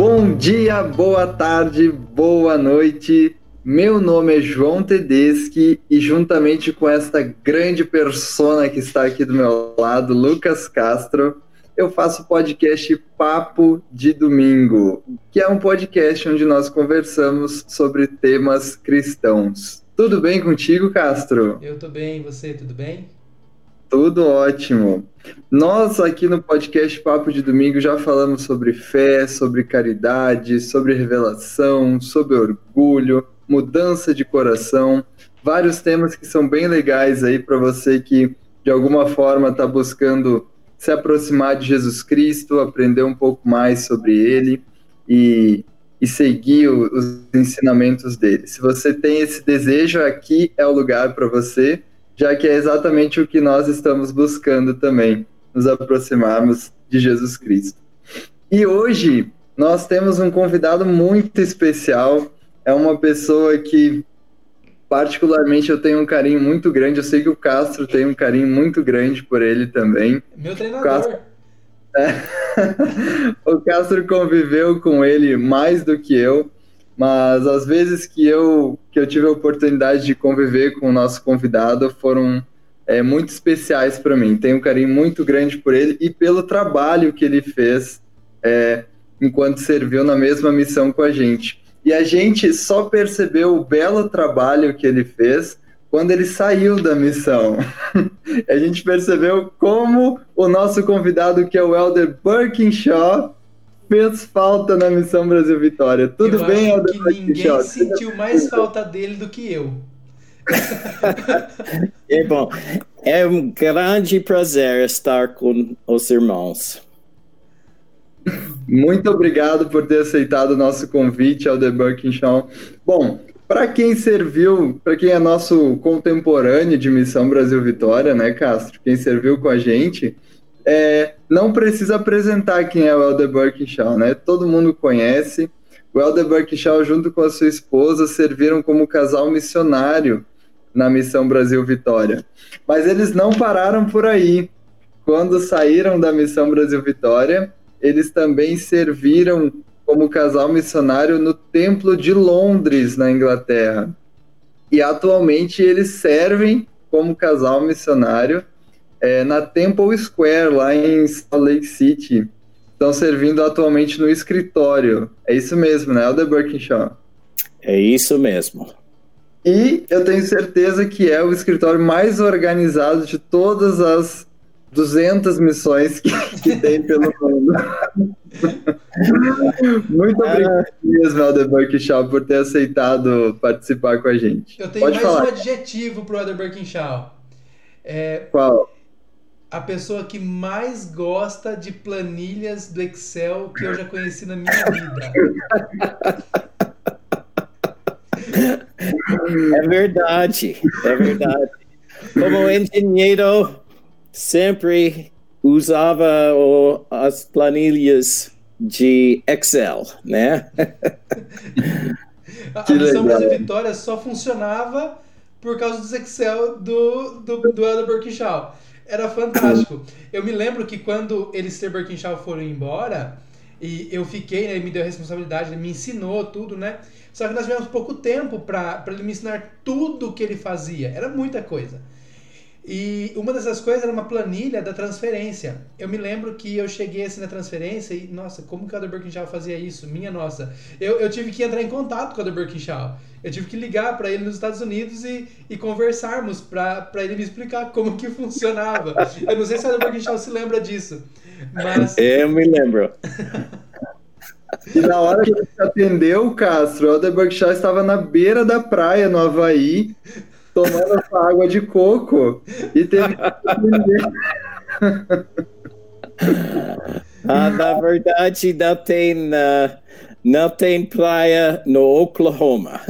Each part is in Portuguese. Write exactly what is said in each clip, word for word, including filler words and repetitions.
Bom dia, boa tarde, boa noite. Meu nome é João Tedeschi e juntamente com esta grande persona que está aqui do meu lado, Lucas Castro, eu faço o podcast Papo de Domingo, que é um podcast onde nós conversamos sobre temas cristãos. Tudo bem contigo, Castro? Eu tô bem, e você, tudo bem? Tudo ótimo. Nós aqui no podcast Papo de Domingo já falamos sobre fé, sobre caridade, sobre revelação, sobre orgulho, mudança de coração, vários temas que são bem legais aí para você que de alguma forma está buscando se aproximar de Jesus Cristo, aprender um pouco mais sobre ele e, e seguir o, os ensinamentos dele. Se você tem esse desejo, aqui é o lugar para você, já que é exatamente o que nós estamos buscando também, nos aproximarmos de Jesus Cristo. E hoje nós temos um convidado muito especial, é uma pessoa que particularmente eu tenho um carinho muito grande, eu sei que o Castro tem um carinho muito grande por ele também. Meu treinador. O Castro, é, o Castro conviveu com ele mais do que eu, mas as vezes que eu, que eu tive a oportunidade de conviver com o nosso convidado foram é, muito especiais para mim. Tenho um carinho muito grande por ele e pelo trabalho que ele fez é, enquanto serviu na mesma missão com a gente. E a gente só percebeu o belo trabalho que ele fez quando ele saiu da missão. A gente percebeu como o nosso convidado, que é o Elder Birkinshaw, fez falta na Missão Brasil Vitória. Tudo eu bem, acho que Elder ninguém sentiu mais falta dele do que eu. É bom. É um grande prazer estar com os irmãos. Muito obrigado por ter aceitado o nosso convite, Elder Birkinshaw. Bom, para quem serviu, para quem é nosso contemporâneo de Missão Brasil Vitória, né, Castro? Quem serviu com a gente, é, não precisa apresentar quem é o Elder Birkinshaw, né? Todo mundo conhece. O Elder Birkinshaw, junto com a sua esposa, serviram como casal missionário na Missão Brasil Vitória. Mas eles não pararam por aí. Quando saíram da Missão Brasil Vitória, eles também serviram como casal missionário no Templo de Londres, na Inglaterra. E atualmente eles servem como casal missionário é, na Temple Square, lá em Salt Lake City. Estão servindo atualmente no escritório. É isso mesmo, né, Elder Birkinshaw? É isso mesmo. E eu tenho certeza que é o escritório mais organizado de todas as duzentas missões que, que tem pelo mundo. Muito obrigado mesmo, Elder Birkinshaw, por ter aceitado participar com a gente. Eu tenho Pode mais falar. um adjetivo pro Elder Birkinshaw. É, Qual? a pessoa que mais gosta de planilhas do Excel que eu já conheci na minha vida. É verdade, é verdade. Como engenheiro, sempre usava o, as planilhas de Excel, né? A Missão Brasil Vitória só funcionava por causa dos Excel do, do, do Elder Birkinshaw. Era fantástico. Eu me lembro que quando eles e Birkinshaw foram embora, e eu fiquei, né, ele me deu a responsabilidade, ele me ensinou tudo, né? Só que nós tivemos pouco tempo para ele me ensinar tudo o que ele fazia. Era muita coisa. E uma dessas coisas era uma planilha da transferência. Eu me lembro que eu cheguei assim na transferência e, nossa, como que o Elder Birkinshaw fazia isso? Minha nossa. Eu, eu tive que entrar em contato com o Elder Birkinshaw. Eu tive que ligar para ele nos Estados Unidos e, e conversarmos para ele me explicar como que funcionava. Eu não sei se o Elder Birkinshaw se lembra disso, mas... Eu me lembro. E na hora que ele atendeu, Castro, o Elder Birkinshaw estava na beira da praia, no Havaí, tomando essa água de coco e teve que ah, na verdade, não tem, uh, não tem praia no Oklahoma.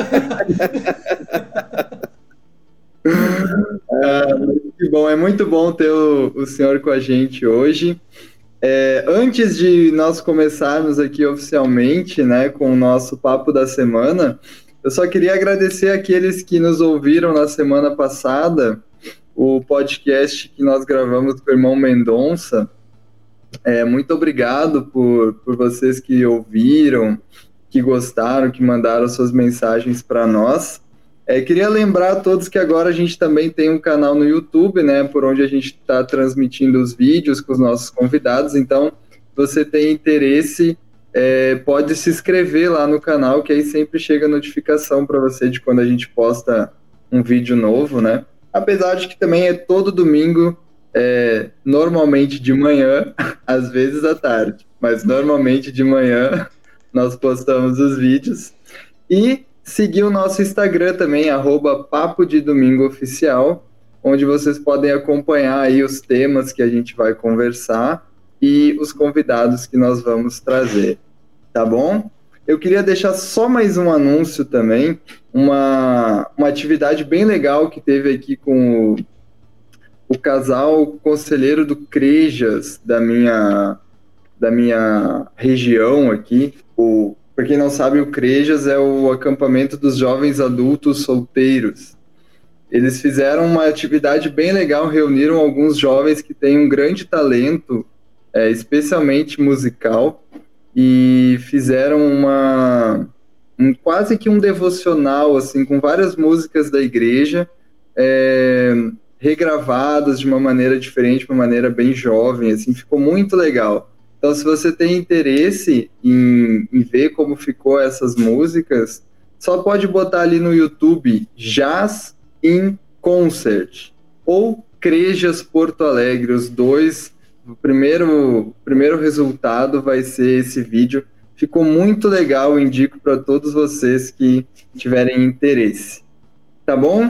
ah, que bom, é muito bom ter o, o senhor com a gente hoje. É, antes de nós começarmos aqui oficialmente, né, com o nosso Papo da Semana, eu só queria agradecer aqueles que nos ouviram na semana passada, o podcast que nós gravamos com o irmão Mendonça, É, muito obrigado por, por vocês que ouviram, que gostaram, que mandaram suas mensagens para nós. É, queria lembrar a todos que agora a gente também tem um canal no YouTube, né, por onde a gente está transmitindo os vídeos com os nossos convidados. Então, se você tem interesse, é, pode se inscrever lá no canal, que aí sempre chega notificação para você de quando a gente posta um vídeo novo, né? Apesar de que também é todo domingo, é, normalmente de manhã, às vezes à tarde, mas normalmente de manhã nós postamos os vídeos. E seguir o nosso Instagram também, arroba Papo de Domingo Oficial, onde vocês podem acompanhar aí os temas que a gente vai conversar e os convidados que nós vamos trazer, tá bom? Eu queria deixar só mais um anúncio também, uma, uma atividade bem legal que teve aqui com o, o casal conselheiro do Crejas, da minha, da minha região aqui, o Para quem não sabe, o Crejas é o acampamento dos jovens adultos solteiros. Eles fizeram uma atividade bem legal, reuniram alguns jovens que têm um grande talento, é, especialmente musical, e fizeram uma, um, quase que um devocional, assim, com várias músicas da igreja, é, regravadas de uma maneira diferente, de uma maneira bem jovem, assim, ficou muito legal. Então, se você tem interesse em, em ver como ficou essas músicas, só pode botar ali no YouTube Jazz in Concert ou Crejas Porto Alegre, os dois. O primeiro, primeiro resultado vai ser esse vídeo. Ficou muito legal, indico para todos vocês que tiverem interesse. Tá bom?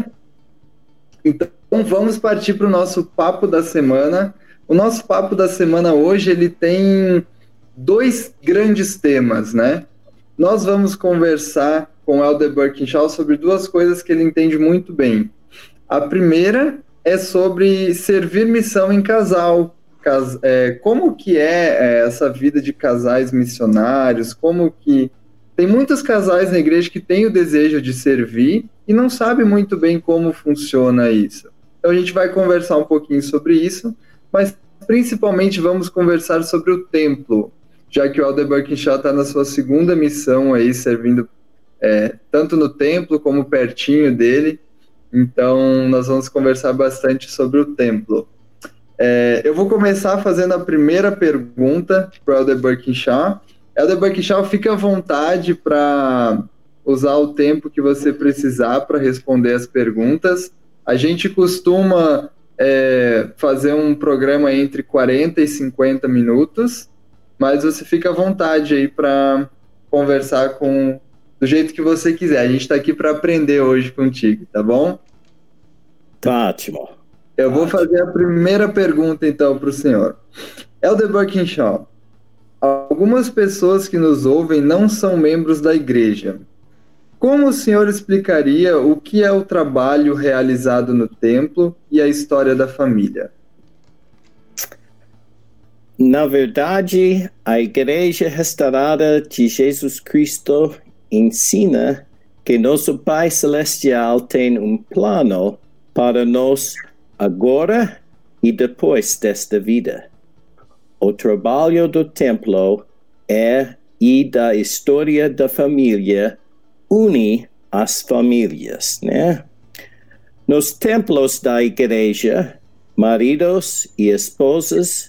Então, vamos partir para o nosso papo da semana. O nosso papo da semana hoje, ele tem dois grandes temas, né? Nós vamos conversar com o Elder Birkinshaw sobre duas coisas que ele entende muito bem. A primeira é sobre servir missão em casal. Cas- é, como que é, é essa vida de casais missionários, como que... Tem muitos casais na igreja que têm o desejo de servir e não sabem muito bem como funciona isso. Então a gente vai conversar um pouquinho sobre isso, mas principalmente vamos conversar sobre o templo, já que o Elder Birkinshaw está na sua segunda missão aí, servindo é, tanto no templo como pertinho dele. Então nós vamos conversar bastante sobre o templo. É, eu vou começar fazendo a primeira pergunta para o Elder Birkinshaw. Elder Birkinshaw, fica à vontade para usar o tempo que você precisar para responder as perguntas. A gente costuma É, fazer um programa entre quarenta e cinquenta minutos, mas você fica à vontade aí para conversar com do jeito que você quiser. A gente está aqui para aprender hoje contigo, tá bom? Tá ótimo. Eu vou fazer a primeira pergunta então para o senhor. Elder Birkinshaw, algumas pessoas que nos ouvem não são membros da igreja. Como o senhor explicaria o que é o trabalho realizado no templo e a história da família? Na verdade, a Igreja Restaurada de Jesus Cristo ensina que nosso Pai Celestial tem um plano para nós agora e depois desta vida. O trabalho do templo é e da história da família une as famílias, né? Nos templos da igreja, maridos e esposas,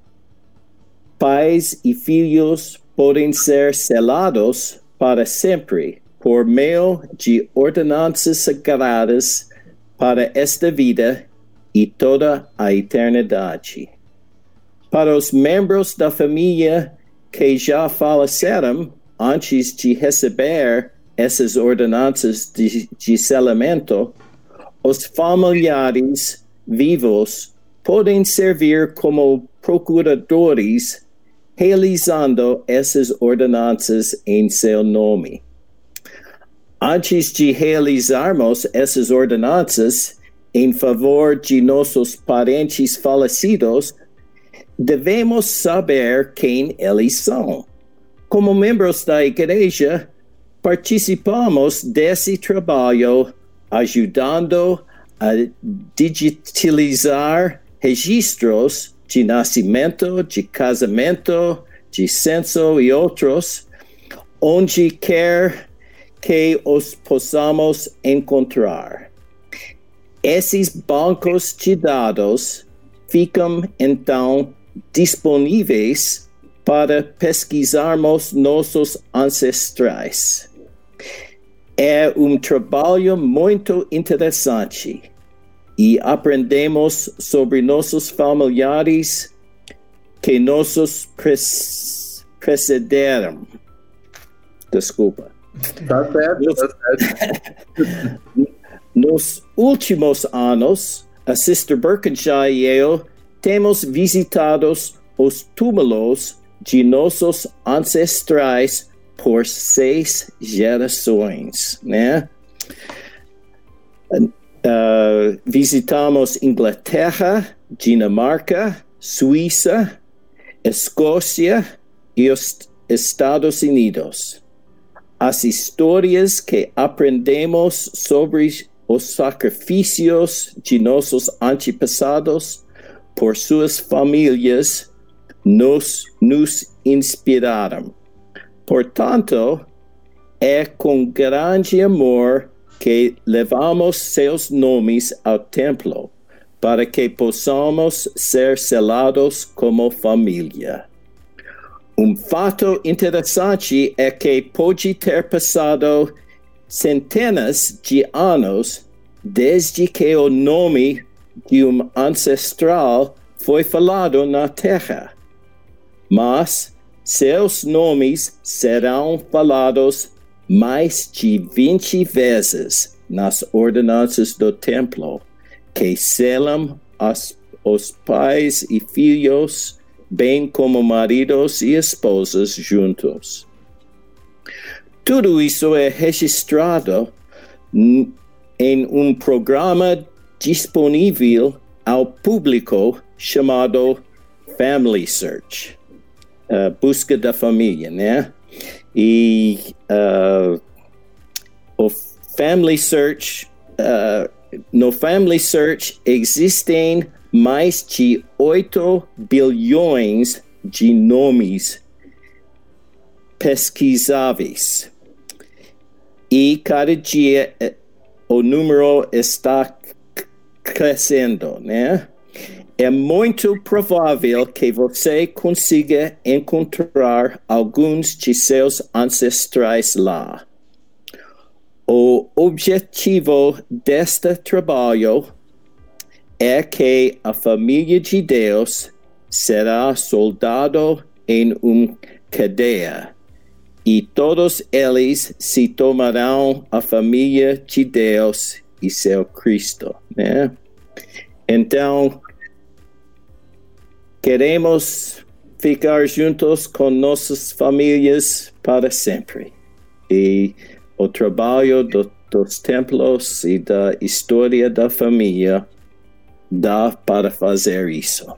pais e filhos podem ser selados para sempre por meio de ordenanças sagradas para esta vida e toda a eternidade. Para os membros da família que já faleceram antes de receber essas ordenanças de, de selamento, os familiares vivos podem servir como procuradores, realizando essas ordenanças em seu nome. Antes de realizarmos essas ordenanças em favor de nossos parentes falecidos, devemos saber quem eles são. Como membros da igreja, participamos desse trabalho ajudando a digitalizar registros de nascimento, de casamento, de censo e outros, onde quer que os possamos encontrar. Esses bancos de dados ficam, então, disponíveis para pesquisarmos nossos ancestrais. É um trabalho muito interessante e aprendemos sobre nossos familiares que nossos pre- precederam. Desculpa. Tá certo, nos, tá certo. Nos últimos anos, a Sister Birkinshaw e eu temos visitado os túmulos de nossos ancestrais por seis gerações, né? Uh, visitamos Inglaterra, Dinamarca, Suíça, Escócia e os Estados Unidos. As histórias que aprendemos sobre os sacrifícios de nossos antepassados por suas famílias nos, nos inspiraram. Portanto, é com grande amor que levamos seus nomes ao templo, para que possamos ser selados como família. Um fato interessante é que pode ter passado centenas de anos desde que o nome de um ancestral foi falado na Terra. Mas seus nomes serão falados mais de vinte vezes nas ordenanças do templo, que selam as, os pais e filhos, bem como maridos e esposas juntos. Tudo isso é registrado n- em um programa disponível ao público chamado Family Search, uh, busca da família, né? E uh, o Family Search, uh, no Family Search existem mais de oito bilhões de nomes pesquisáveis. E cada dia o número está crescendo, né? É muito provável que você consiga encontrar alguns de seus ancestrais lá. O objetivo deste trabalho é que a família de Deus será soldado em uma cadeia e todos eles se tornarão a família de Deus e seu Cristo, né? Então, queremos ficar juntos com nossas famílias para sempre. E o trabalho do, dos templos e da história da família dá para fazer isso.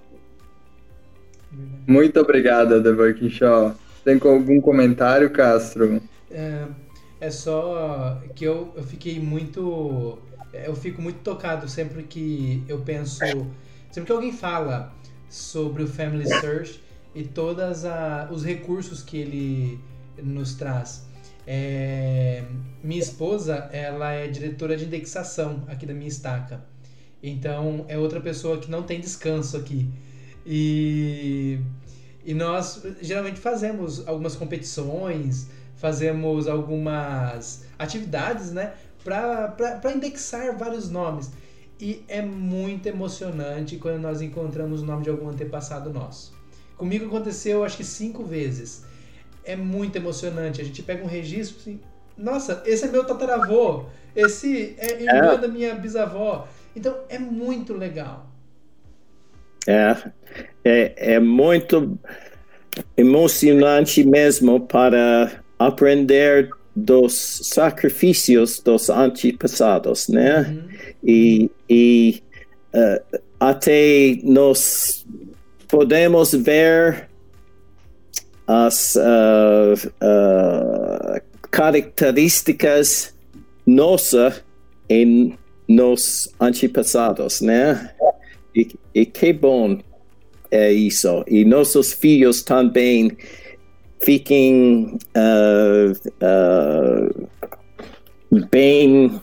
Muito obrigado, The Birkinshaw. Tem algum comentário, Castro? É, é só que eu, eu fiquei muito... Eu fico muito tocado sempre que eu penso... Sempre que alguém fala sobre o Family Search e todos os recursos que ele nos traz. É, minha esposa, ela é diretora de indexação aqui da minha estaca. Então, é outra pessoa que não tem descanso aqui. E, e nós, geralmente, fazemos algumas competições, fazemos algumas atividades, né, para indexar vários nomes. E é muito emocionante quando nós encontramos o nome de algum antepassado nosso. Comigo aconteceu, acho que cinco vezes. É muito emocionante. A gente pega um registro assim, nossa, esse é meu tataravô, esse é irmã é. da minha bisavó. Então, é muito legal. É, é, é muito emocionante mesmo para aprender dos sacrifícios dos antepassados, né? Uhum. E, e uh, até nós podemos ver as uh, uh, características nossas em nos antepassados, né? E, e que bom é isso. E nossos filhos também fiquem uh, uh, bem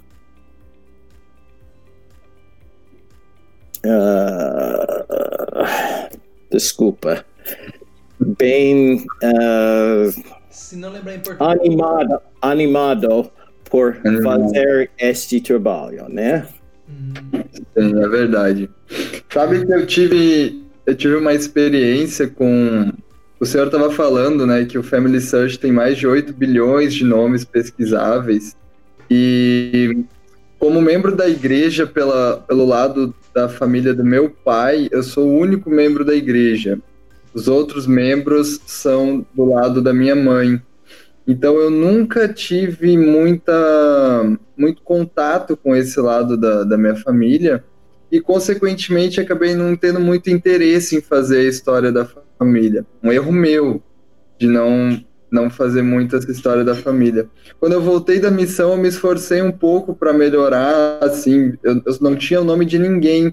uh, desculpa bem uh, se não lembrar em português, animado, animado por hum. fazer este trabalho, né? Hum. Sim, é verdade. Sabe que eu tive eu tive uma experiência com... O senhor estava falando, né, que o Family Search tem mais de oito bilhões de nomes pesquisáveis. E como membro da igreja, pela, pelo lado da família do meu pai, eu sou o único membro da igreja. Os outros membros são do lado da minha mãe. Então eu nunca tive muita, muito contato com esse lado da, da minha família e, consequentemente, acabei não tendo muito interesse em fazer a história da família. Um erro meu de não, não fazer muito essa história da família. Quando eu voltei da missão, eu me esforcei um pouco para melhorar, assim, eu, eu não tinha o nome de ninguém.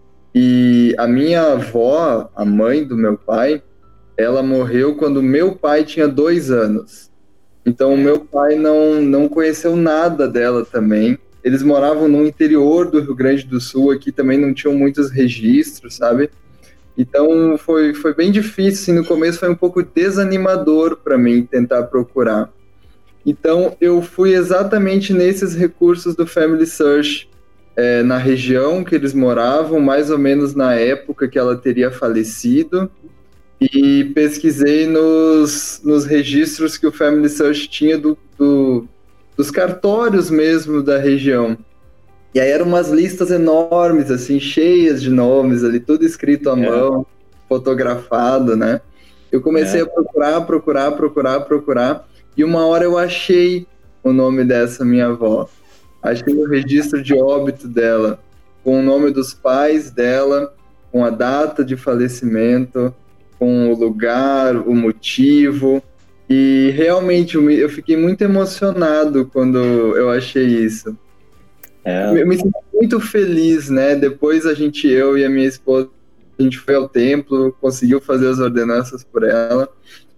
E a minha avó, a mãe do meu pai, ela morreu quando meu pai tinha dois anos. Então, o meu pai não, não conheceu nada dela também. Eles moravam no interior do Rio Grande do Sul, aqui também não tinham muitos registros, sabe? Então, foi, foi bem difícil, no começo foi um pouco desanimador para mim tentar procurar. Então, eu fui exatamente nesses recursos do Family Search, é, na região que eles moravam, mais ou menos na época que ela teria falecido, e pesquisei nos, nos registros que o Family Search tinha do, do, dos cartórios mesmo da região. E aí eram umas listas enormes, assim, cheias de nomes ali, tudo escrito à é. mão, fotografado, né? Eu comecei é. a procurar, procurar, procurar, procurar, e uma hora eu achei o nome dessa minha avó. Achei o registro de óbito dela, com o nome dos pais dela, com a data de falecimento, com o lugar, o motivo, e realmente eu fiquei muito emocionado quando eu achei isso. É. Eu me senti muito feliz, né? Depois a gente, eu e a minha esposa, a gente foi ao templo, conseguiu fazer as ordenanças por ela,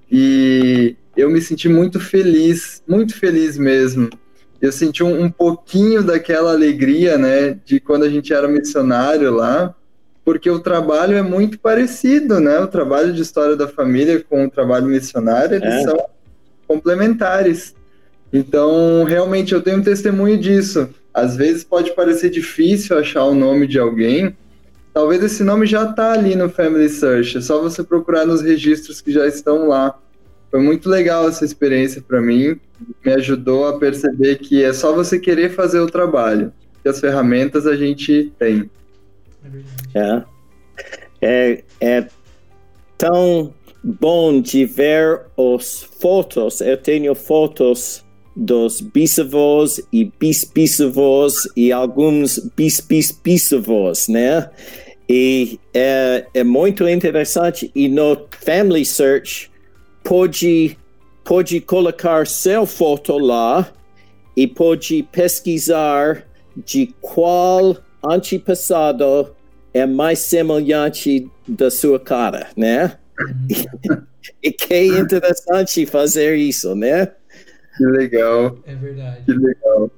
e eu me senti muito feliz, muito feliz mesmo. Eu senti um, um pouquinho daquela alegria, né, de quando a gente era missionário lá, porque o trabalho é muito parecido, né? O trabalho de história da família com o trabalho missionário, eles é. são complementares. Então, realmente, eu tenho um testemunho disso. Às vezes pode parecer difícil achar o nome de alguém. Talvez esse nome já está ali no Family Search. É só você procurar nos registros que já estão lá. Foi muito legal essa experiência para mim. Me ajudou a perceber que é só você querer fazer o trabalho. Que as ferramentas a gente tem. É, é, é tão bom de ver as fotos. Eu tenho fotos dos bisavós e bis-bisavós e alguns bis-bis-bisavós, né? E é, é muito interessante. E no Family Search pode, pode colocar seu foto lá e pode pesquisar de qual antepassado é mais semelhante da sua cara, né? Uhum. E que é interessante fazer isso, né? Que legal. É verdade. Que legal.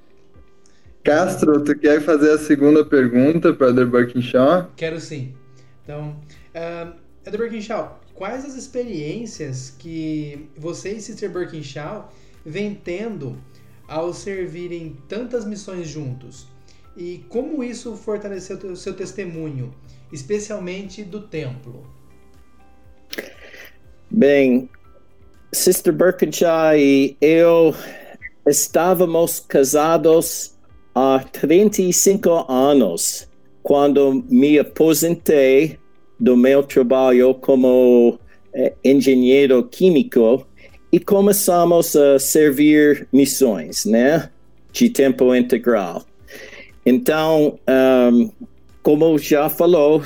Castro, tu quer fazer a segunda pergunta para Elder Birkinshaw? Quero sim. Então, uh, Elder Birkinshaw, quais as experiências que você e Sister Birkinshaw vêm tendo ao servirem tantas missões juntos? E como isso fortaleceu o seu testemunho, especialmente do templo? Bem, Sister Birkinshaw e eu estávamos casados há trinta e cinco anos, quando me aposentei do meu trabalho como eh, engenheiro químico e começamos a servir missões, né, de tempo integral. Então, um, como já falou,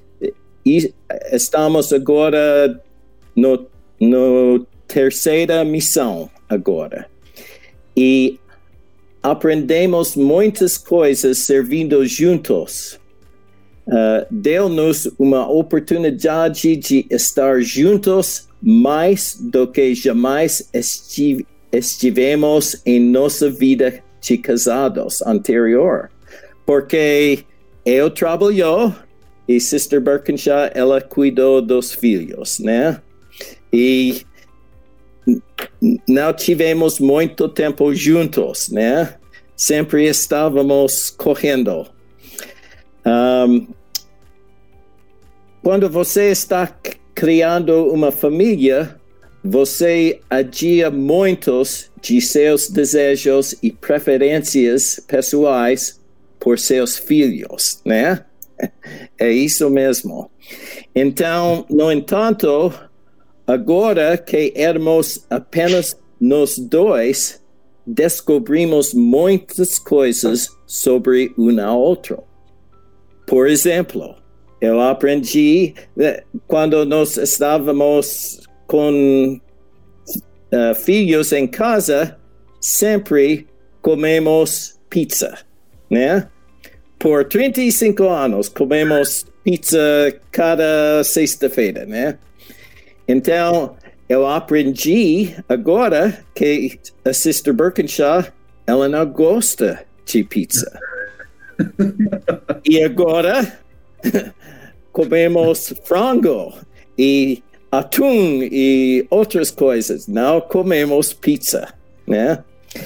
estamos agora no, no terceira missão agora. E aprendemos muitas coisas servindo juntos. uh, deu-nos uma oportunidade de estar juntos mais do que jamais estive, estivemos em nossa vida de casados anterior. Porque eu trabalhou e Sister Birkinshaw, ela cuidou dos filhos, né? E não tivemos muito tempo juntos, né? Sempre estávamos correndo. Um, quando você está criando uma família, você adia muitos de seus desejos e preferências pessoais por seus filhos, né? É isso mesmo. Então, no entanto, agora que éramos apenas nós dois, descobrimos muitas coisas sobre um ao outro. Por exemplo, eu aprendi, quando nós estávamos com uh, filhos em casa, sempre comemos pizza, né? Por trinta e cinco anos, comemos pizza cada sexta-feira, né? Então, eu aprendi agora que a Sister Birkinshaw, ela não gosta de pizza. E agora, comemos frango e atum e outras coisas. Não comemos pizza, né?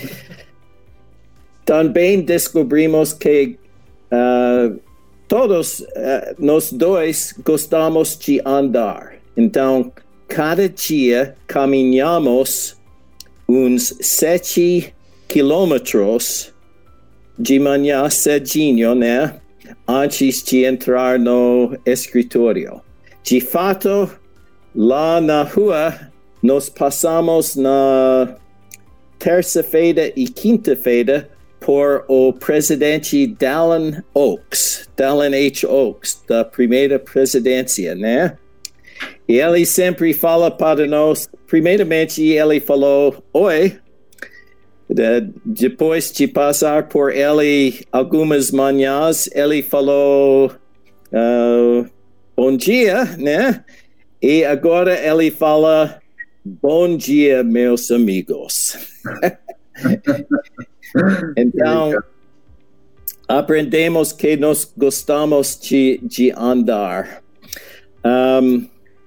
Também descobrimos que uh, todos uh, nós dois gostamos de andar. Então, cada dia caminhamos uns sete quilômetros de manhã cedinho, né? Antes de entrar no escritório. De fato, lá na rua, nós passamos na terça-feira e quinta-feira por o presidente Dallin Oaks, Dallin H. Oaks, da primeira presidência, né? E ele sempre fala para nós, primeiramente ele falou, oi, de, depois de passar por ele algumas manhãs, ele falou, uh, bom dia, né? E agora ele fala, bom dia, meus amigos. Então, aprendemos que nós gostamos de, de andar. Um,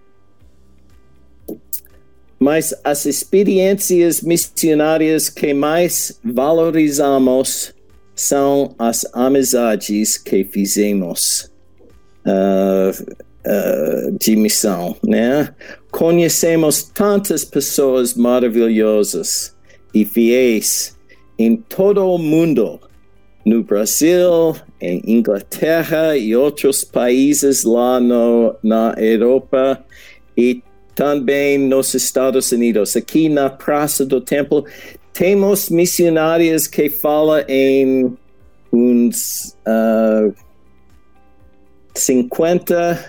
mas as experiências missionárias que mais valorizamos são as amizades que fizemos uh, uh, de missão, né? Conhecemos tantas pessoas maravilhosas e fiéis em todo o mundo, no Brasil, em Inglaterra e outros países lá no, na Europa e também nos Estados Unidos. Aqui na Praça do Templo, temos missionários que falam em uns uh, cinquenta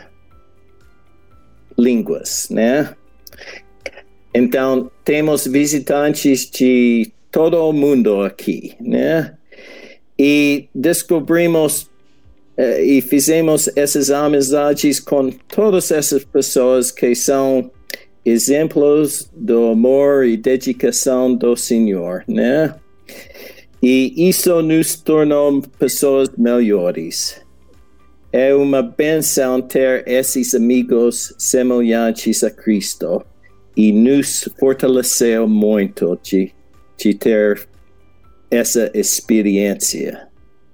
línguas, né? Então, temos visitantes de todo o mundo aqui, né? E descobrimos uh, e fizemos essas amizades com todas essas pessoas que são exemplos do amor e dedicação do Senhor, né? E isso nos tornou pessoas melhores. É uma bênção ter esses amigos semelhantes a Cristo e nos fortaleceu muito de, de ter essa experiência.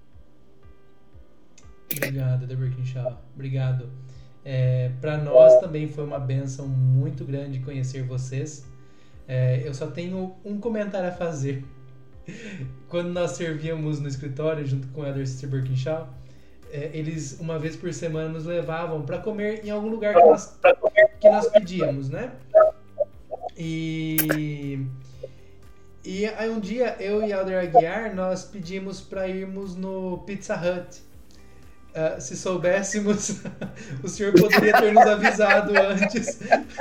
Obrigado, Elder Birkinshaw. Obrigado. É, para nós também foi uma bênção muito grande conhecer vocês. É, eu só tenho um comentário a fazer. Quando nós servíamos no escritório junto com o Elder Sister Birkinshaw, é, eles uma vez por semana nos levavam para comer em algum lugar que nós, que nós pedíamos, né? E, e aí um dia eu e Elder Aguiar nós pedimos para irmos no Pizza Hut. Uh, se soubéssemos, o senhor poderia ter nos avisado antes.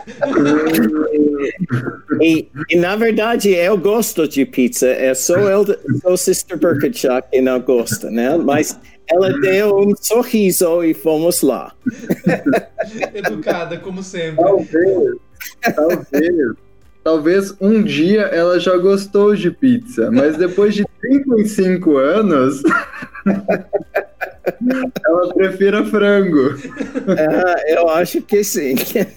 E, e na verdade eu gosto de pizza, é só eu, só Sister Birkinshaw que não gosta, né? Mas ela deu um sorriso e fomos lá. Educada, como sempre. Talvez, talvez, talvez um dia ela já gostou de pizza, mas depois de trinta e cinco anos, ela prefira frango. Ah, eu acho que sim.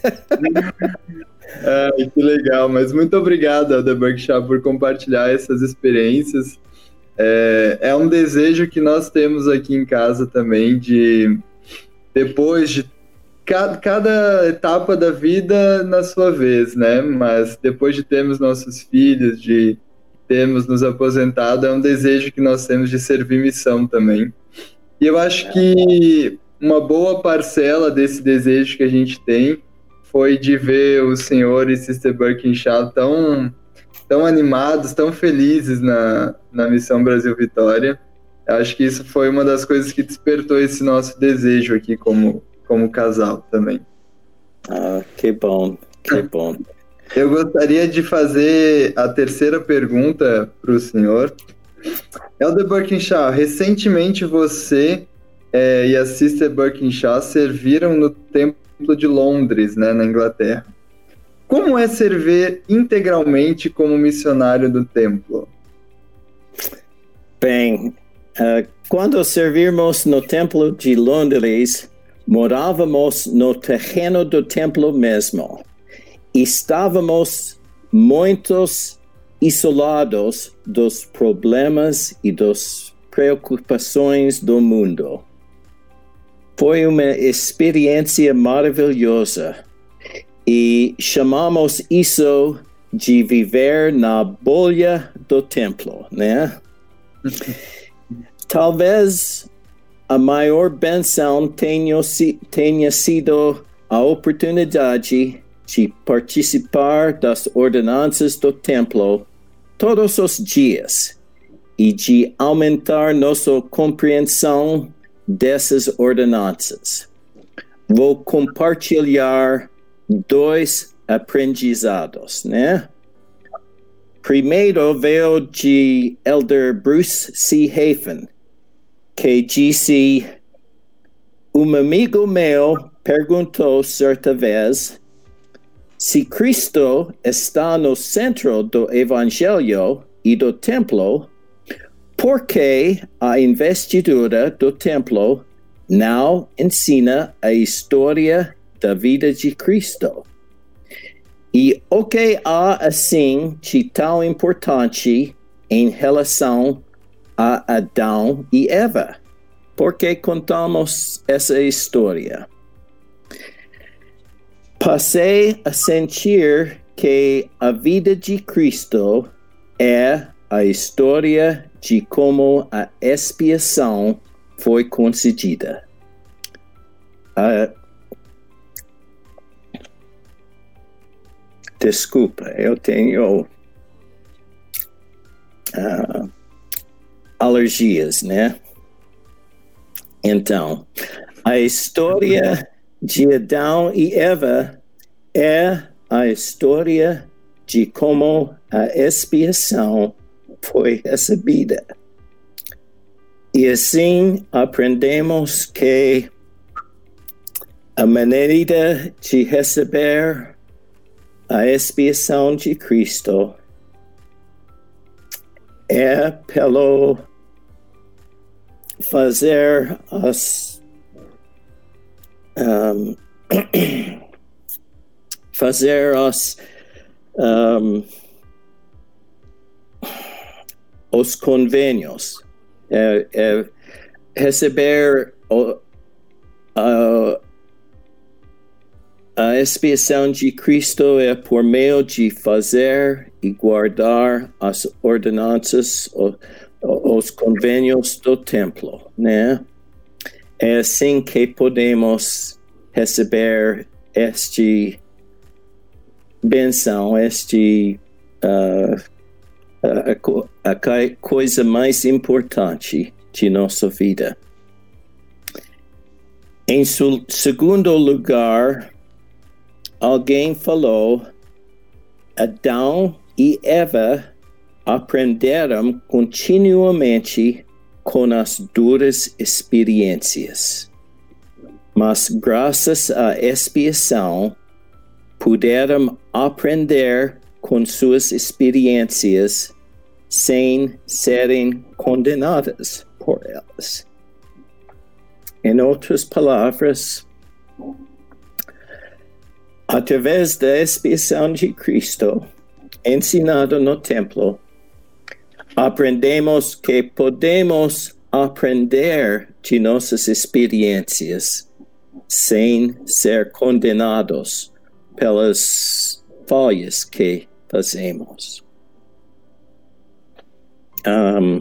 Ai, que legal, mas muito obrigado, The Buckshop, por compartilhar essas experiências. É, é um desejo que nós temos aqui em casa também, de depois de cada, cada etapa da vida na sua vez, né? Mas depois de termos nossos filhos, de termos nos aposentado, é um desejo que nós temos de servir missão também. E eu acho que uma boa parcela desse desejo que a gente tem foi de ver o senhor e Sister Birkinshaw tão, tão animados, tão felizes na, na Missão Brasil Vitória. Eu acho que isso foi uma das coisas que despertou esse nosso desejo aqui como, como casal também. Ah, que bom, que bom. Eu gostaria de fazer a terceira pergunta para o senhor. Elder Birkinshaw, recentemente você é, e a Sister Birkinshaw serviram no templo de Londres, né, na Inglaterra. Como é servir integralmente como missionário do templo? Bem, uh, quando servirmos no templo de Londres, morávamos no terreno do templo mesmo. Estávamos muitos isolados dos problemas e das preocupações do mundo. Foi uma experiência maravilhosa e chamamos isso de viver na bolha do templo, né? Talvez a maior bênção tenha, tenha sido a oportunidade de participar das ordenanças do templo todos os dias e de aumentar nossa compreensão dessas ordenanças. Vou compartilhar dois aprendizados, né? Primeiro veio de Elder Bruce C. Hafen, que disse: um amigo meu perguntou certa vez se Cristo está no centro do Evangelho e do templo, por que a investidura do templo não ensina a história da vida de Cristo? E o que há assim de tão importante em relação a Adão e Eva? Por que contamos essa história? Passei a sentir que a vida de Cristo é a história de como a expiação foi concedida. Uh, desculpa, eu tenho uh, alergias, né? Então, a história de Adão e Eva é a história de como a expiação foi recebida. E assim aprendemos que a maneira de receber a expiação de Cristo é pelo fazer as um, fazer as um, os convênios, é, é receber o, a, a expiação de Cristo é por meio de fazer e guardar as ordenanças, os, os convênios do templo, né? É assim que podemos receber este benção, este uh, a, a coisa mais importante de nossa vida. Em su, segundo lugar, alguém falou: Adão e Eva aprenderam continuamente com as duras experiências. Mas graças à expiação, puderam aprender com suas experiências sem serem condenadas por elas. Em outras palavras, através da expiação de Cristo, ensinado no templo, aprendemos que podemos aprender de nossas experiências sem ser condenados pelas falhas que fazemos. Um,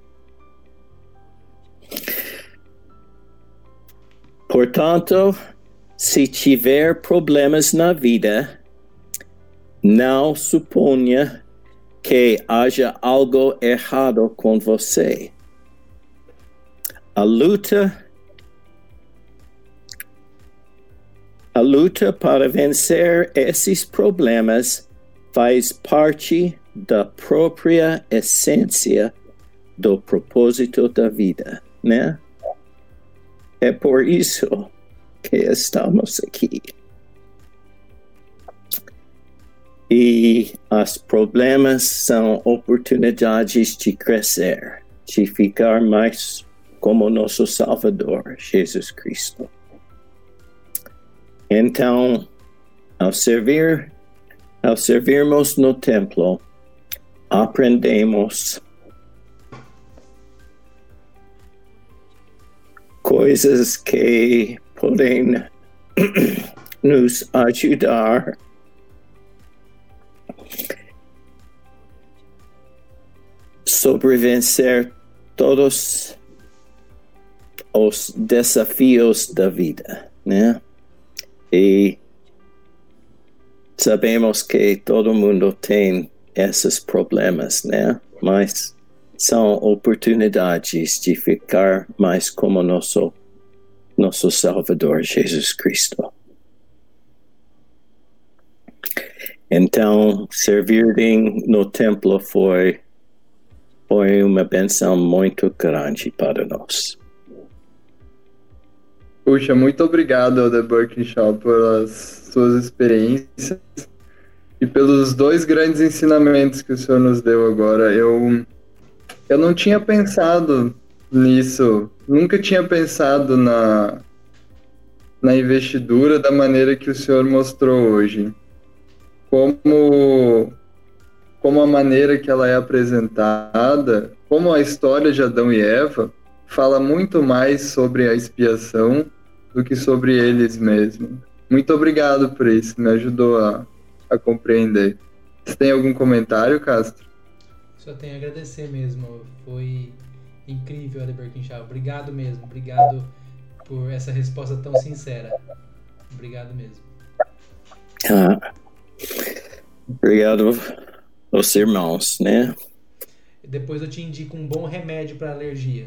portanto, se tiver problemas na vida, não suponha que haja algo errado com você. A luta, a luta para vencer esses problemas faz parte da própria essência do propósito da vida, né? É por isso que estamos aqui. E os problemas são oportunidades de crescer, de ficar mais como nosso Salvador, Jesus Cristo. Então, ao servir, ao servirmos no templo, aprendemos coisas que podem nos ajudar sobrevencer todos os desafios da vida, né? E sabemos que todo mundo tem esses problemas, né? Mas são oportunidades de ficar mais como nosso, nosso Salvador, Jesus Cristo. Então, servir no templo foi, foi uma bênção muito grande para nós. Puxa, muito obrigado, Elder Birkinshaw, pelas suas experiências e pelos dois grandes ensinamentos que o senhor nos deu agora. Eu, eu não tinha pensado nisso, nunca tinha pensado na, na investidura da maneira que o senhor mostrou hoje. Como, como a maneira que ela é apresentada, como a história de Adão e Eva fala muito mais sobre a expiação do que sobre eles mesmos. Muito obrigado por isso, me ajudou a, a compreender. Você tem algum comentário, Castro? Só tenho a agradecer mesmo, foi incrível, Elder Birkinshaw. Obrigado mesmo, obrigado por essa resposta tão sincera. Obrigado mesmo. Ah, obrigado aos irmãos, né? Depois eu te indico um bom remédio para alergia.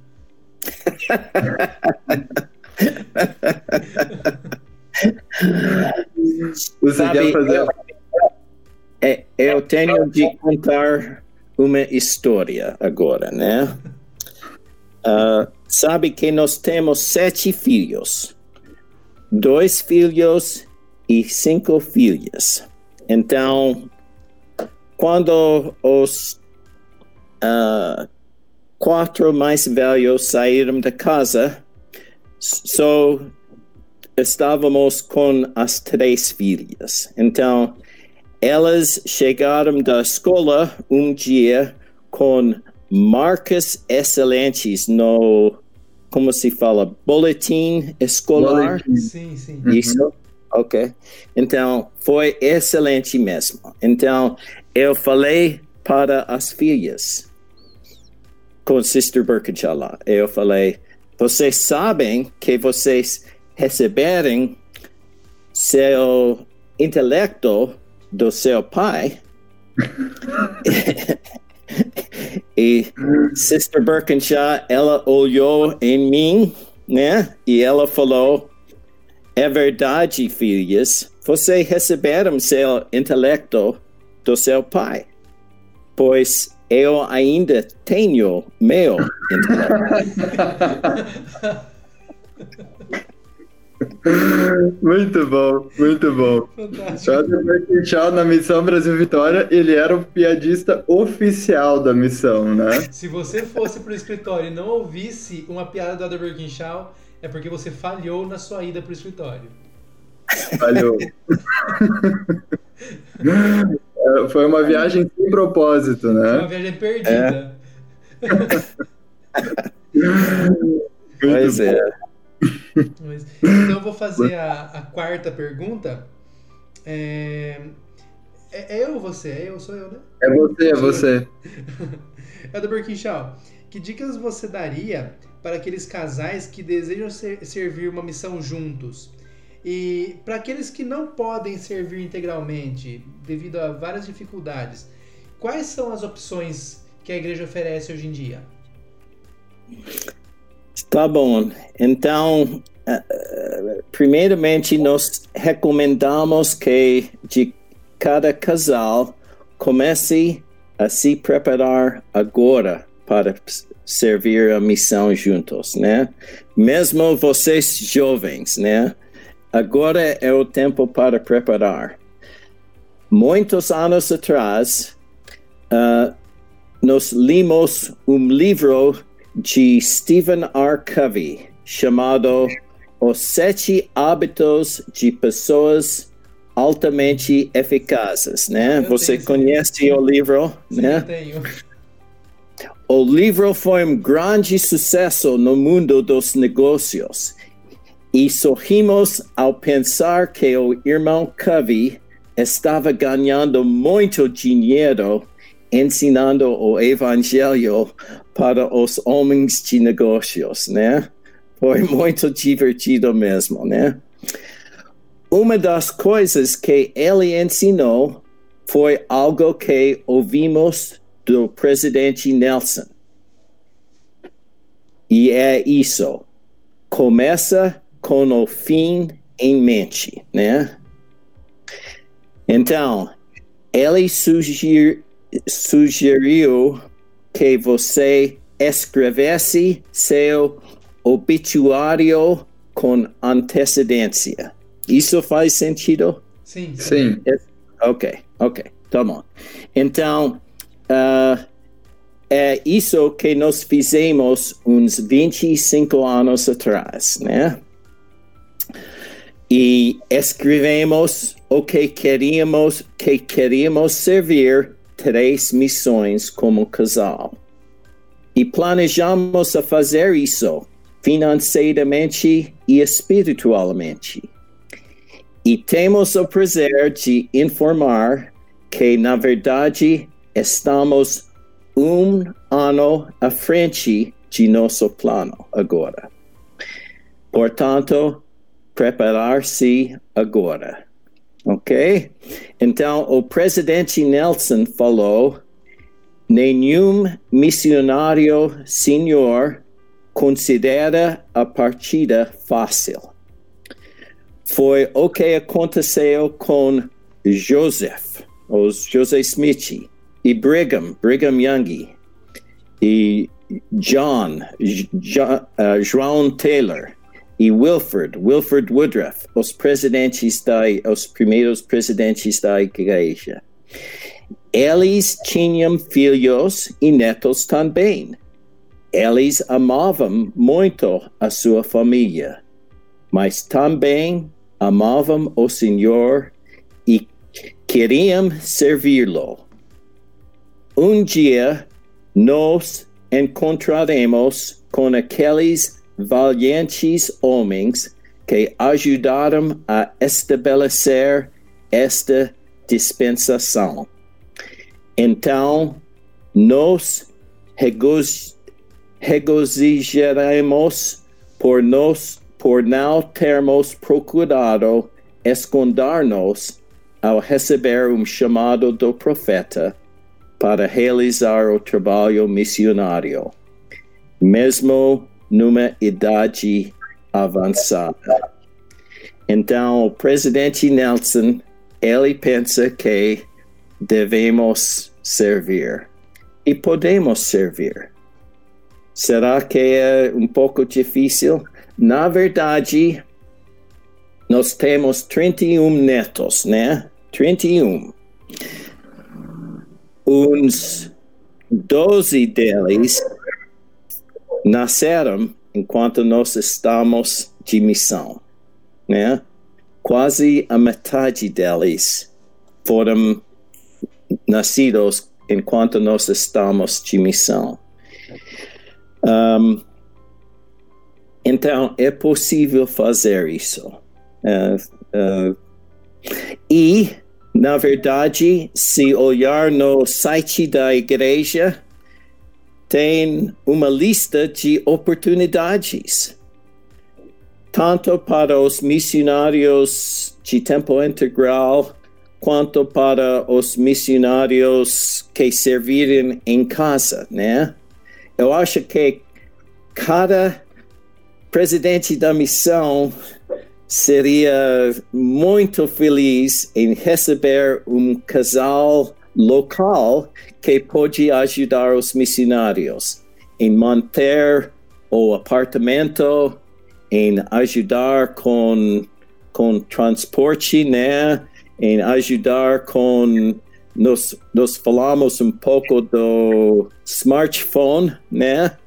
Você Sabe, quer fazer... eu, é, eu tenho de contar uma história agora, né? Uh, sabe que nós temos sete filhos, dois filhos e cinco filhas. Então, quando os uh, quatro mais velhos saíram da casa, só estávamos com as três filhas. Então, elas chegaram da escola um dia com marcas excelentes no, como se fala, boletim escolar. Boletim. Sim, sim. Isso? Uhum. Ok. Então, foi excelente mesmo. Então, eu falei para as filhas, com Sister Birkinshaw lá, eu falei, vocês sabem que vocês receberem seu intelecto do seu pai? E Sister Birkinshaw, ela olhou em mim, né? E ela falou, é verdade, filhas, vocês receberam seu intelecto do seu pai, pois eu ainda tenho meu intelecto. Muito bom, muito bom. Fantástico. Tchau, na Missão Brasil Vitória, ele era o piadista oficial da missão, né? Se você fosse pro escritório e não ouvisse uma piada do Elder Birkinshaw, é porque você falhou na sua ida pro escritório. Falhou. Foi uma viagem sem propósito, né? Foi uma viagem perdida. É. Pois é. Então eu vou fazer a, a quarta pergunta. É, é, é eu ou você? É eu, sou eu, né? É você, é você. Elder Birkinshaw, que dicas você daria para aqueles casais que desejam ser, servir uma missão juntos? E para aqueles que não podem servir integralmente, devido a várias dificuldades, quais são as opções que a igreja oferece hoje em dia? Tá bom. Então, uh, primeiramente, nós recomendamos que de cada casal comece a se preparar agora para servir a missão juntos, né? Mesmo vocês jovens, né? Agora é o tempo para preparar. Muitos anos atrás, uh, nós limos um livro de Stephen R. Covey, chamado Os Sete Hábitos de Pessoas Altamente Eficazes, né? Eu Você tenho, conhece sim. o livro, sim, né? Eu tenho. O livro foi um grande sucesso no mundo dos negócios. E sorrimos ao pensar que o irmão Covey estava ganhando muito dinheiro ensinando o evangelho para os homens de negócios, né? Foi muito divertido mesmo, né? Uma das coisas que ele ensinou foi algo que ouvimos do presidente Nelson. E é isso. Começa com o fim em mente, né? Então, ele sugerir, sugeriu que você escrevesse seu obituário com antecedência. Isso faz sentido? Sim. Sim. Ok, ok, tá bom. Então, uh, é isso que nós fizemos uns vinte e cinco anos atrás, né? E escrevemos o que queríamos, que queríamos servir três missões como casal. E planejamos a fazer isso financeiramente e espiritualmente. E temos o prazer de informar que, na verdade, estamos um ano à frente de nosso plano agora. Portanto, preparar-se agora, ok? Então, o presidente Nelson falou: nenhum missionário senhor considera a partida fácil. Foi o que aconteceu com Joseph, os Joseph Smith, e Brigham, Brigham Young, e John, John uh, João Taylor, e Wilford, Wilford Woodruff, os presidentes da, os primeiros presidentes da igreja. Eles tinham filhos e netos também. Eles amavam muito a sua família, mas também amavam o Senhor e queriam servi-lo. Um dia, nós encontraremos com aqueles valientes homens que ajudaram a estabelecer esta dispensação. Então, nós regozijamos regozijaremos por, nos, por não termos procurado esconder-nos ao receber um chamado do profeta para realizar o trabalho missionário, mesmo numa idade avançada. Então, o presidente Nelson, ele pensa que devemos servir. e podemos servir. Será que é um pouco difícil? Na verdade, nós temos trinta e um netos, né? trinta e um. Uns doze deles nasceram enquanto nós estamos de missão, né? Quase a metade deles foram nascidos enquanto nós estamos de missão. Um, então, é possível fazer isso. Uh, uh, e, na verdade, se olhar no site da igreja, tem uma lista de oportunidades, tanto para os missionários de tempo integral, quanto para os missionários que servirem em casa, né? Eu acho que cada presidente da missão seria muito feliz em receber um casal local que pode ajudar os missionários em manter o apartamento, em ajudar com, com transporte, né? Em ajudar com... Nós, nós falamos um pouco do smartphone, né?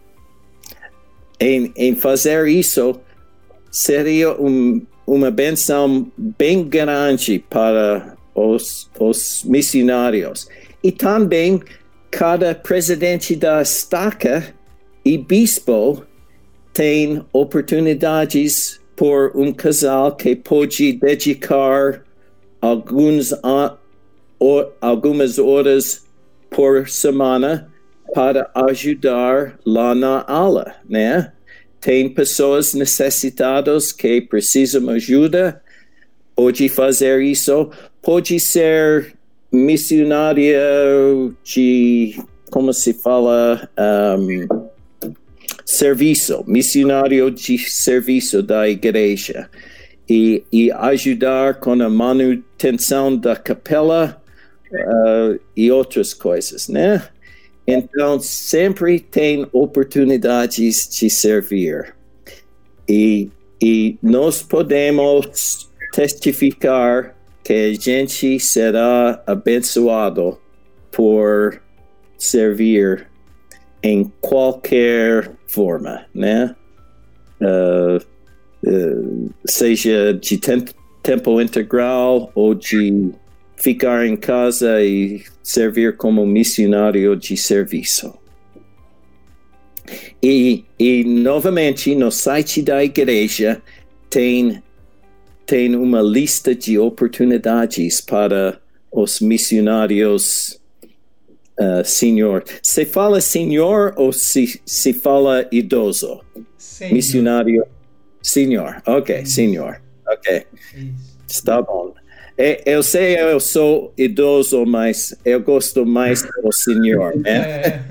Em, em fazer isso, seria um, uma benção bem grande para os, os missionários. E também, cada presidente da estaca e bispo tem oportunidades por um casal que pode dedicar alguns anos algumas horas por semana para ajudar lá na aula, né? Tem pessoas necessitadas que precisam de ajuda, pode fazer isso, pode ser missionária de, como se fala, um, serviço, missionário de serviço da igreja, e, e ajudar com a manutenção da capela, Uh, e outras coisas, né? Então, sempre tem oportunidades de servir. E, e nós podemos testificar que a gente será abençoado por servir em qualquer forma, né? Uh, uh, seja de tempo, tempo integral ou de ficar em casa e servir como missionário de serviço. E, e novamente, no site da igreja tem, tem uma lista de oportunidades para os missionários uh, senhor. Se fala senhor ou se, se fala idoso? Senhor. Missionário senhor. Ok, Isso. senhor. Ok. Isso. Está bom. Eu sei, eu sou idoso, mas eu gosto mais do senhor, né? É.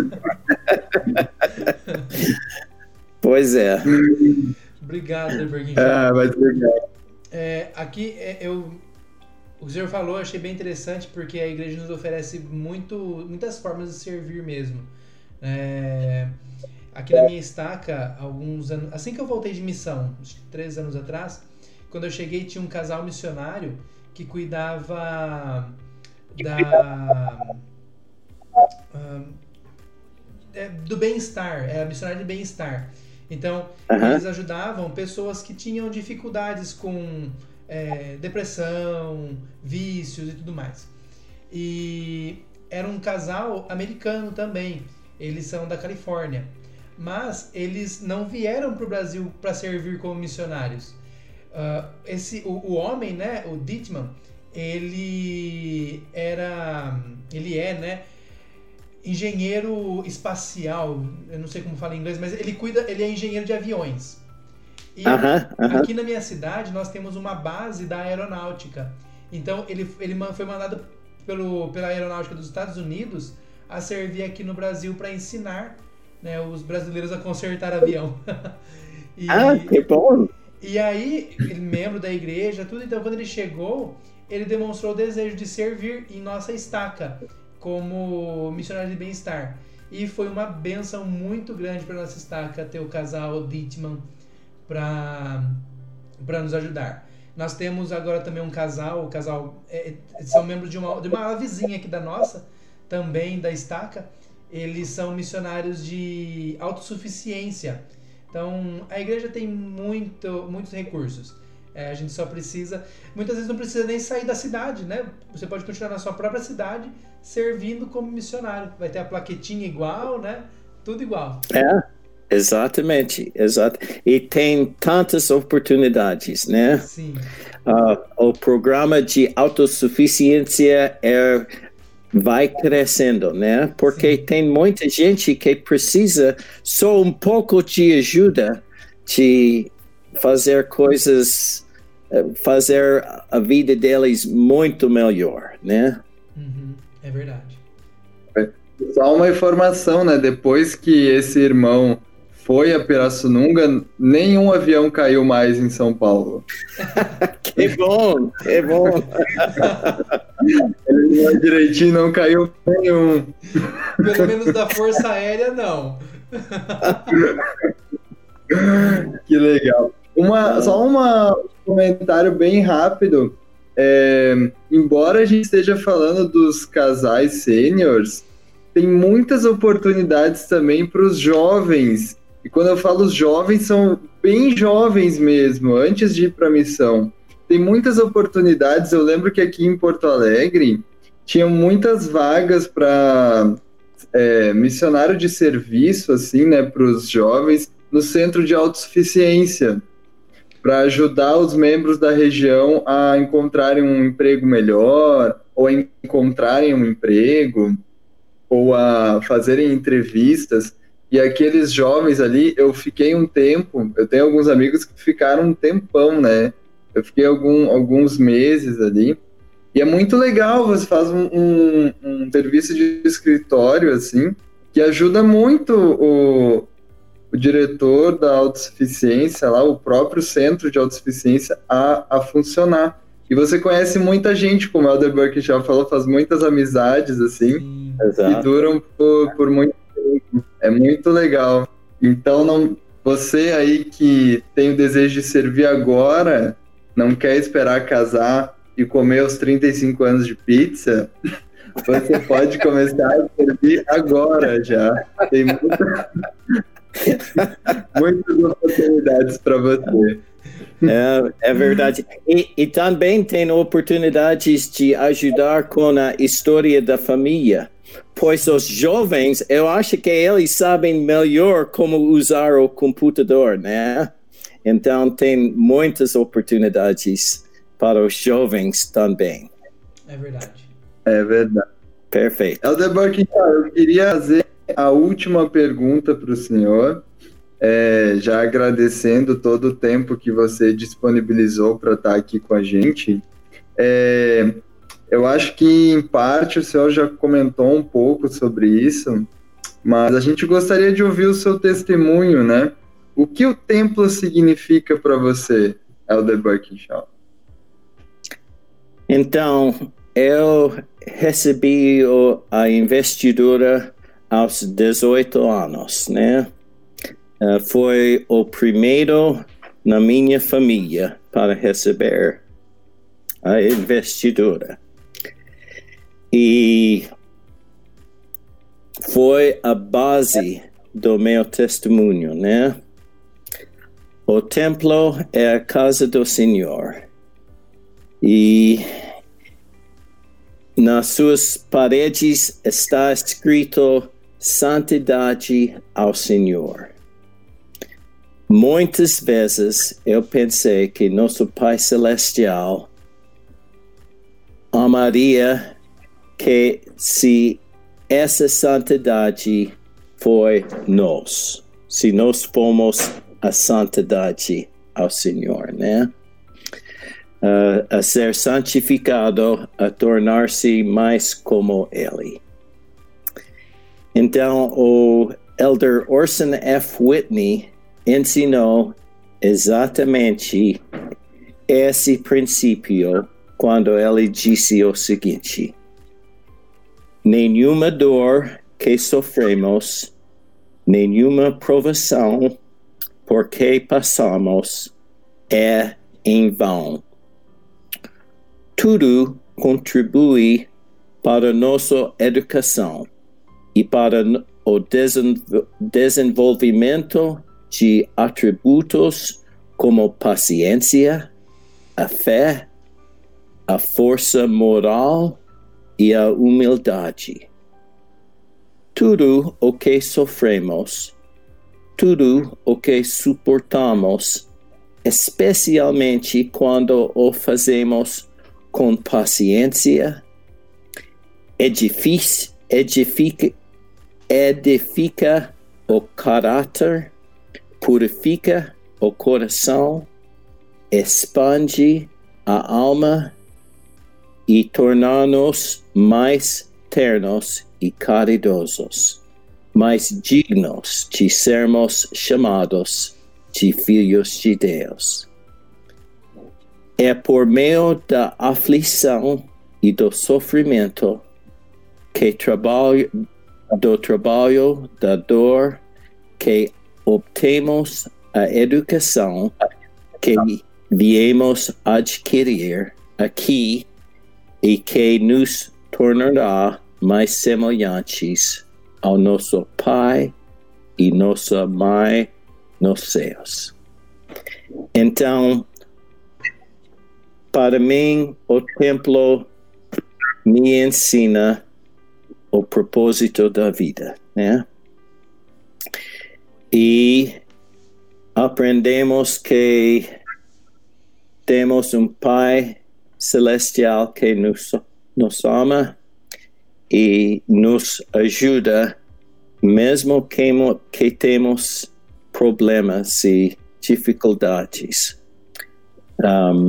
Pois é. Obrigado, Deberguin. Ah, mas legal. É, aqui, é, eu, o senhor falou, achei bem interessante, porque a igreja nos oferece muito, muitas formas de servir mesmo. É, aqui na minha estaca, alguns anos, assim que eu voltei de missão, uns três anos atrás, quando eu cheguei, tinha um casal missionário que cuidava da, uh, do bem-estar, era missionário de bem-estar. Então, uhum. eles ajudavam pessoas que tinham dificuldades com é, depressão, vícios e tudo mais. E era um casal americano também, eles são da Califórnia, mas eles não vieram para o Brasil para servir como missionários. Uh, esse, o, o homem, né, o Dittman, ele era, ele é, né, engenheiro espacial, eu não sei como fala em inglês, mas ele cuida, ele é engenheiro de aviões. E uh-huh, uh-huh. aqui na minha cidade nós temos uma base da aeronáutica. Então ele, ele foi mandado pelo, pela aeronáutica dos Estados Unidos a servir aqui no Brasil para ensinar, né, os brasileiros a consertar avião. e, ah, que bom! E aí, ele membro da igreja, tudo, então quando ele chegou, ele demonstrou o desejo de servir em nossa estaca, como missionário de bem-estar. E foi uma benção muito grande para nossa estaca ter o casal Dittmann para para nos ajudar. Nós temos agora também um casal, o casal é, são membros de uma, de uma ala vizinha aqui da nossa, também da estaca. Eles são missionários de autossuficiência. Então, a igreja tem muito, muitos recursos. É, a gente só precisa... Muitas vezes não precisa nem sair da cidade, né? Você pode continuar na sua própria cidade servindo como missionário. Vai ter a plaquetinha igual, né? Tudo igual. É, exatamente. Exato. E tem tantas oportunidades, né? Sim. Uh, o programa de autossuficiência é... vai crescendo, né? Porque Sim. tem muita gente que precisa só um pouco de ajuda de fazer coisas, fazer a vida deles muito melhor, né? Uhum, é verdade. Só uma informação, né? Depois que esse irmão foi a Pirassununga, nenhum avião caiu mais em São Paulo. Que bom, que bom. Ele viu direitinho, não caiu nenhum. Pelo menos da Força Aérea, não. Que legal. Uma, só uma, um comentário bem rápido. É, embora a gente esteja falando dos casais sêniors, tem muitas oportunidades também para os jovens. E quando eu falo jovens, são bem jovens mesmo, antes de ir para a missão. Tem muitas oportunidades. Eu lembro que aqui em Porto Alegre tinham muitas vagas para é, missionário de serviço, assim, né, para os jovens, no centro de autossuficiência, para ajudar os membros da região a encontrarem um emprego melhor, ou a encontrarem um emprego, ou a fazerem entrevistas. E aqueles jovens ali, eu fiquei um tempo, eu tenho alguns amigos que ficaram um tempão, né? Eu fiquei algum, alguns meses ali. E é muito legal, você faz um, um, um serviço de escritório, assim, que ajuda muito o, o diretor da autossuficiência, lá, o próprio centro de autossuficiência, a, a funcionar. E você conhece muita gente, como o Elder Burke já falou, faz muitas amizades, assim, Sim. que duram por, por muito tempo. É muito legal. Então, não, você aí que tem o desejo de servir agora, não quer esperar casar e comer os trinta e cinco anos de pizza, você pode começar a servir agora já. Tem muita, muitas oportunidades para você. É, é verdade. E, e também tem oportunidades de ajudar com a história da família. Pois os jovens, eu acho que eles sabem melhor como usar o computador, né? Então, tem muitas oportunidades para os jovens também. É verdade. É verdade. Perfeito. Elder Burke, eu queria fazer a última pergunta para o senhor, é, já agradecendo todo o tempo que você disponibilizou para estar aqui com a gente. É, eu acho que, em parte, o senhor já comentou um pouco sobre isso, mas a gente gostaria de ouvir o seu testemunho, né? O que o templo significa para você, Elder Burkinshaw? Então, eu recebi a investidura aos dezoito anos, né? Uh, foi o primeiro na minha família para receber a investidura. E foi a base do meu testemunho, né? O templo é a casa do Senhor. E nas suas paredes está escrito santidade ao Senhor. Muitas vezes eu pensei que nosso Pai Celestial amaria que se essa santidade foi nós, se nós fomos a santidade ao Senhor, né? Uh, a ser santificado, a tornar-se mais como Ele. Então, o Elder Orson F. Whitney ensinou exatamente esse princípio quando ele disse o seguinte: nenhuma dor que sofremos, nenhuma provação por que passamos é em vão. Tudo contribui para nossa educação e para o desenvolvimento de atributos como paciência, a fé, a força moral e a humildade. Tudo o que sofremos, tudo o que suportamos, especialmente quando o fazemos com paciência, edifica, edifica, edifica o caráter, purifica o coração, expande a alma e torna-nos mais ternos e caridosos, mais dignos de sermos chamados de filhos de Deus. É por meio da aflição e do sofrimento que trabalho, do trabalho, da dor, que obtemos a educação que viemos adquirir aqui e que nos tornará mais semelhantes ao nosso Pai e nossa Mãe nos céus. Então, para mim, o templo me ensina o propósito da vida, né? E aprendemos que temos um Pai celestial que nos, nos ama e nos ajuda, mesmo que, que temos problemas e dificuldades. Um,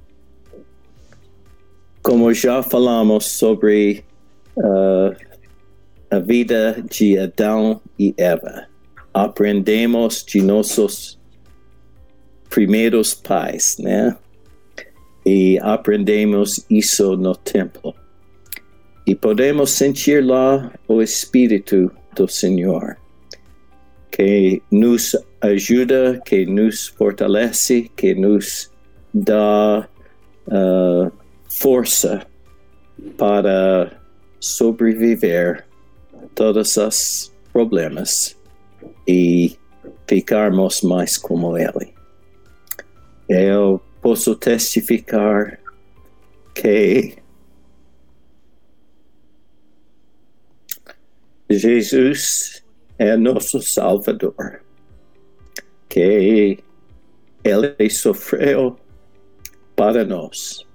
como já falamos sobre uh, a vida de Adão e Eva, aprendemos de nossos primeiros pais, né? E aprendemos isso no templo. E podemos sentir lá o Espírito do Senhor, que nos ajuda, que nos fortalece, que nos dá uh, força para sobreviver a todos os problemas e ficarmos mais como Ele. Eu posso testificar que Jesus é nosso Salvador, que Ele sofreu para nós.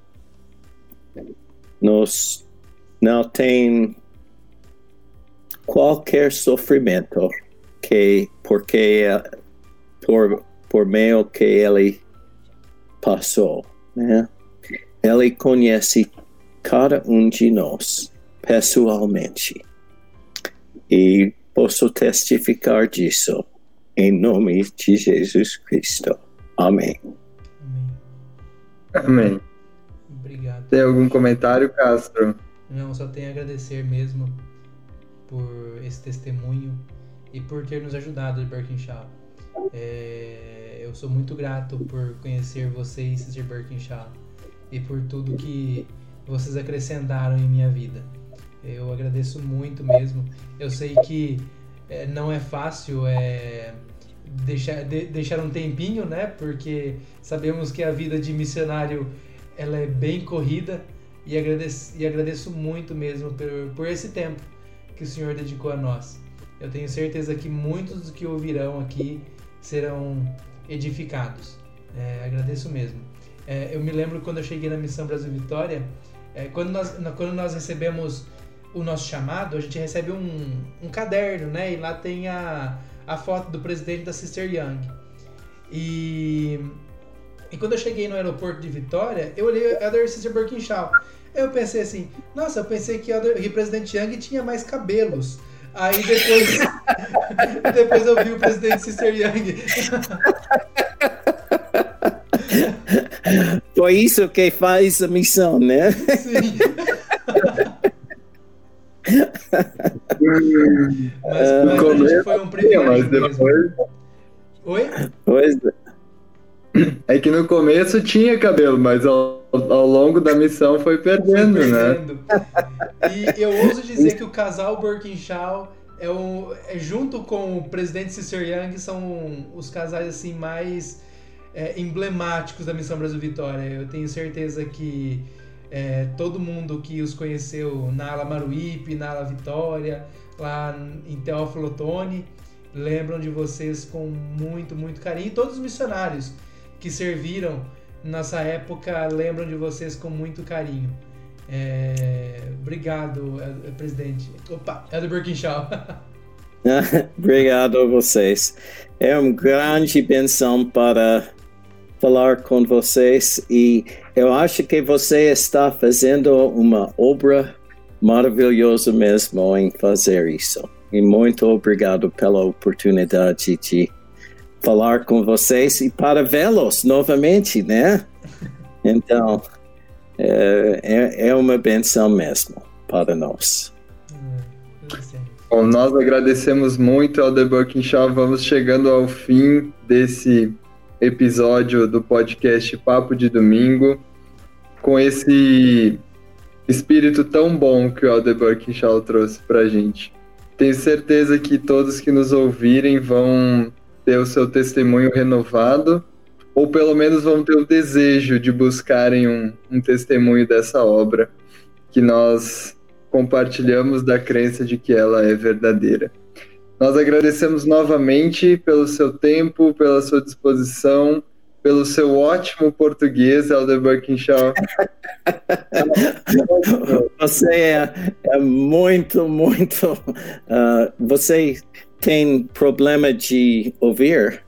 Nós não tem qualquer sofrimento que porque por por meio que Ele passou, né? Ele conhece cada um de nós pessoalmente e posso testificar disso em nome de Jesus Cristo. Amém. Amém. Amém. Obrigado. Tem algum comentário, Castro? Não, só tenho a agradecer mesmo por esse testemunho e por ter nos ajudado, Birkinshaw. É, eu sou muito grato por conhecer vocês, sister Birkinshaw, e por tudo que vocês acrescentaram em minha vida. Eu agradeço muito mesmo. Eu sei que é, não é fácil é, deixar, de, deixar um tempinho, né? Porque sabemos que a vida de missionário ela é bem corrida, e agradeço, e agradeço muito mesmo por, por esse tempo que o Senhor dedicou a nós. Eu tenho certeza que muitos dos que ouvirão aqui serão edificados. É, agradeço mesmo. É, eu me lembro quando eu cheguei na Missão Brasil Vitória, é, quando, nós, quando nós recebemos o nosso chamado, a gente recebe um, um caderno, né? E lá tem a, a foto do presidente da Sister Young. E, e quando eu cheguei no aeroporto de Vitória, eu olhei a Elder Sister Birkinshaw. Eu pensei assim, nossa, eu pensei que o presidente Young tinha mais cabelos. Aí depois, depois eu vi o presidente Sister Young. Foi isso que faz a missão, né? Sim. Mas, uh, mas a gente foi um privilégio mesmo. Oi? Pois é que no começo tinha cabelo, mas ao, ao longo da missão foi perdendo, foi perdendo. né? E eu ouso dizer que o casal Birkinshaw é, um, é junto com o presidente Cicero Young, são os casais assim mais é, emblemáticos da Missão Brasil Vitória. Eu tenho certeza que é, todo mundo que os conheceu na ala Maruípe, na ala Vitória, lá em Teófilo Otoni, lembram de vocês com muito, muito carinho. E todos os missionários que serviram nessa época lembram de vocês com muito carinho. É... Obrigado, presidente. Opa, Elder Birkinshaw. Obrigado a vocês. É uma grande bênção para falar com vocês e eu acho que você está fazendo uma obra maravilhosa mesmo em fazer isso. E muito obrigado pela oportunidade de falar com vocês e para vê-los novamente, né? Então, é, é uma benção mesmo para nós. Bom, nós agradecemos muito ao Elder Birkinshaw. Vamos chegando ao fim desse episódio do podcast Papo de Domingo, com esse espírito tão bom que o Elder Birkinshaw trouxe para a gente. Tenho certeza que todos que nos ouvirem vão ter o seu testemunho renovado, ou pelo menos vão ter o desejo de buscarem um, um testemunho dessa obra, que nós compartilhamos da crença de que ela é verdadeira. Nós agradecemos novamente pelo seu tempo, pela sua disposição, pelo seu ótimo português, Elder Birkinshaw. Você é, é muito, muito... Uh, você tem problema de ouvir?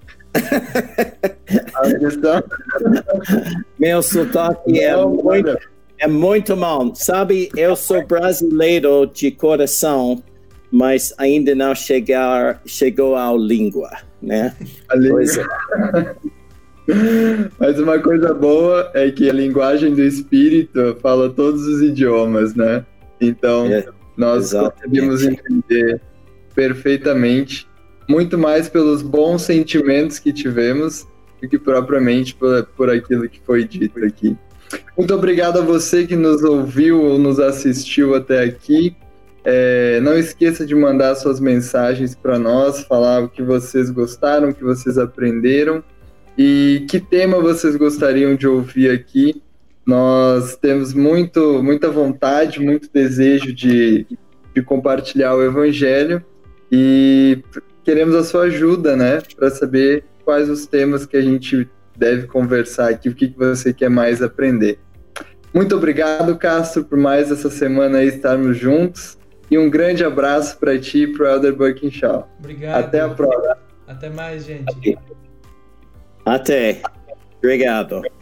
Meu sotaque é muito, é muito mal. Sabe, eu sou brasileiro de coração, mas ainda não chegar, chegou à língua, né? A língua. É. Mas uma coisa boa é que a linguagem do Espírito fala todos os idiomas, né? Então, é, nós conseguimos entender perfeitamente, muito mais pelos bons sentimentos que tivemos do que propriamente por, por aquilo que foi dito aqui. Muito obrigado a você que nos ouviu ou nos assistiu até aqui. É, não esqueça de mandar suas mensagens para nós, falar o que vocês gostaram, o que vocês aprenderam e que tema vocês gostariam de ouvir aqui. Nós temos muito, muita vontade, muito desejo de, de compartilhar o Evangelho e queremos a sua ajuda, né, para saber quais os temas que a gente deve conversar aqui, o que, que você quer mais aprender. Muito obrigado, Castro, por mais essa semana aí estarmos juntos. E um grande abraço para ti e para o Elder Birkinshaw. Obrigado. Até a próxima. Até mais, gente. Até. Obrigado.